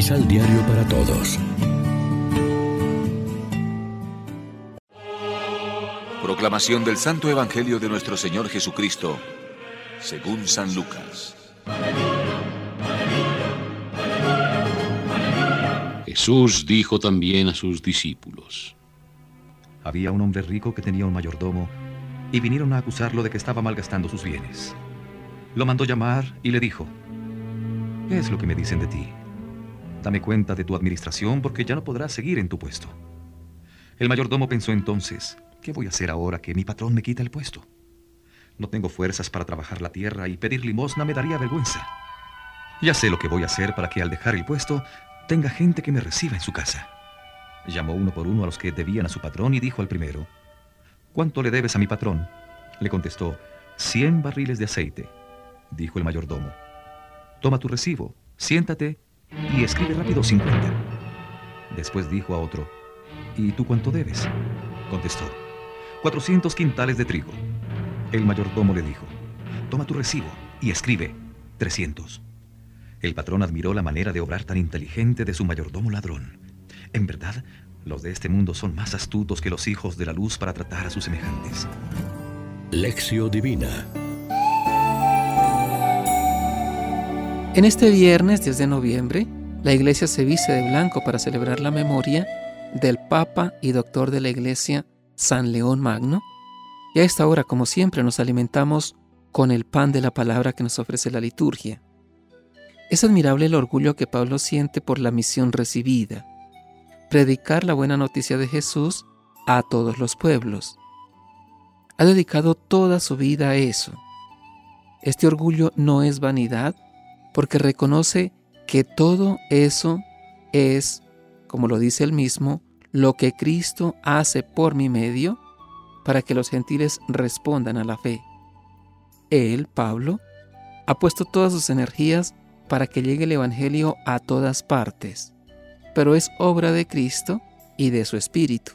Misal Diario para Todos. Proclamación del Santo Evangelio de nuestro Señor Jesucristo, según San Lucas. Jesús dijo también a sus discípulos: Había un hombre rico que tenía un mayordomo, y vinieron a acusarlo de que estaba malgastando sus bienes. Lo mandó llamar y le dijo: ¿Qué es lo que me dicen de ti? Dame cuenta de tu administración, porque ya no podrás seguir en tu puesto. El mayordomo pensó entonces: ¿qué voy a hacer ahora que mi patrón me quita el puesto? No tengo fuerzas para trabajar la tierra y pedir limosna me daría vergüenza. Ya sé lo que voy a hacer para que al dejar el puesto tenga gente que me reciba en su casa. Llamó uno por uno a los que debían a su patrón y dijo al primero: ¿cuánto le debes a mi patrón? Le contestó: 100 barriles de aceite. Dijo el mayordomo: toma tu recibo, siéntate y escribe rápido 50. Después dijo a otro: ¿y tú cuánto debes? Contestó: 400 quintales de trigo. El mayordomo le dijo: toma tu recibo y escribe 300. El patrón admiró la manera de obrar tan inteligente de su mayordomo ladrón. En verdad, los de este mundo son más astutos que los hijos de la luz para tratar a sus semejantes. Lección Divina. En este viernes 10 de noviembre, la Iglesia se viste de blanco para celebrar la memoria del Papa y Doctor de la Iglesia, San León Magno. Y a esta hora, como siempre, nos alimentamos con el pan de la palabra que nos ofrece la liturgia. Es admirable el orgullo que Pablo siente por la misión recibida: predicar la buena noticia de Jesús a todos los pueblos. Ha dedicado toda su vida a eso. Este orgullo no es vanidad, porque reconoce que todo eso es, como lo dice él mismo, lo que Cristo hace por mi medio para que los gentiles respondan a la fe. Él, Pablo, ha puesto todas sus energías para que llegue el Evangelio a todas partes, pero es obra de Cristo y de su Espíritu.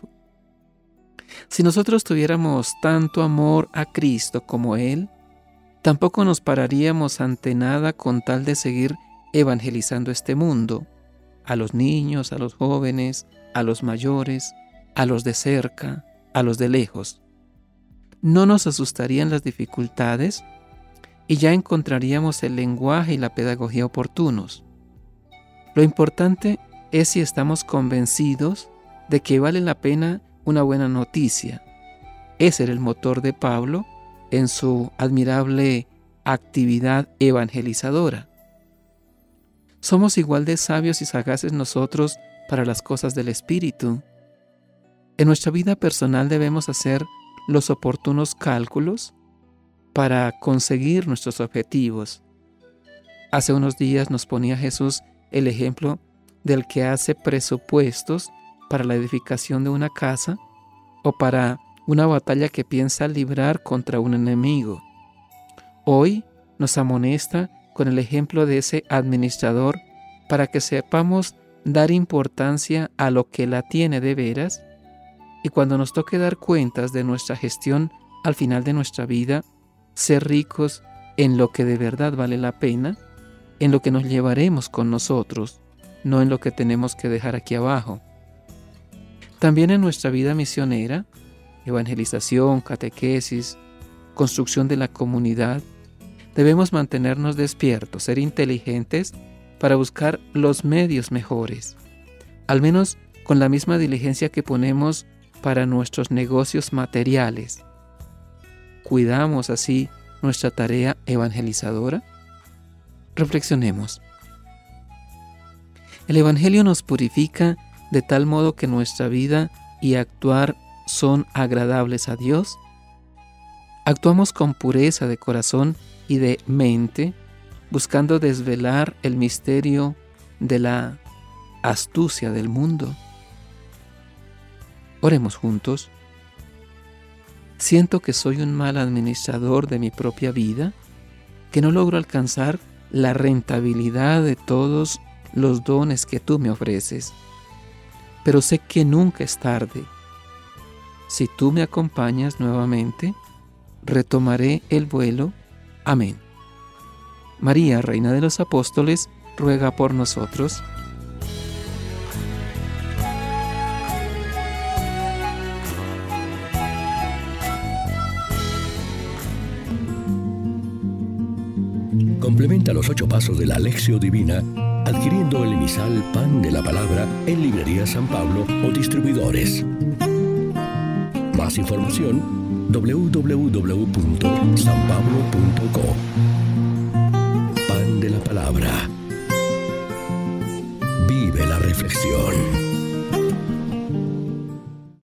Si nosotros tuviéramos tanto amor a Cristo como Él, tampoco nos pararíamos ante nada con tal de seguir evangelizando este mundo, a los niños, a los jóvenes, a los mayores, a los de cerca, a los de lejos. No nos asustarían las dificultades y ya encontraríamos el lenguaje y la pedagogía oportunos. Lo importante es si estamos convencidos de que vale la pena una buena noticia. Ese era el motor de Pablo en su admirable actividad evangelizadora. Somos igual de sabios y sagaces nosotros para las cosas del Espíritu. En nuestra vida personal debemos hacer los oportunos cálculos para conseguir nuestros objetivos. Hace unos días nos ponía Jesús el ejemplo del que hace presupuestos para la edificación de una casa o para una batalla que piensa librar contra un enemigo. Hoy nos amonesta con el ejemplo de ese administrador para que sepamos dar importancia a lo que la tiene de veras, y cuando nos toque dar cuentas de nuestra gestión al final de nuestra vida, ser ricos en lo que de verdad vale la pena, en lo que nos llevaremos con nosotros, no en lo que tenemos que dejar aquí abajo. También en nuestra vida misionera, evangelización, catequesis, construcción de la comunidad, debemos mantenernos despiertos, ser inteligentes para buscar los medios mejores, al menos con la misma diligencia que ponemos para nuestros negocios materiales. ¿Cuidamos así nuestra tarea evangelizadora? Reflexionemos. El Evangelio nos purifica de tal modo que nuestra vida y actuar son agradables a Dios. Actuamos con pureza de corazón y de mente, buscando desvelar el misterio de la astucia del mundo. Oremos juntos. Siento que soy un mal administrador de mi propia vida, que no logro alcanzar la rentabilidad de todos los dones que tú me ofreces. Pero sé que nunca es tarde. Si tú me acompañas nuevamente, retomaré el vuelo. Amén. María, Reina de los Apóstoles, ruega por nosotros. Complementa los 8 pasos de la Lección Divina adquiriendo el emisal Pan de la Palabra en Librería San Pablo o distribuidores. Más información www.sanpablo.co. Pan de la Palabra. Vive la reflexión.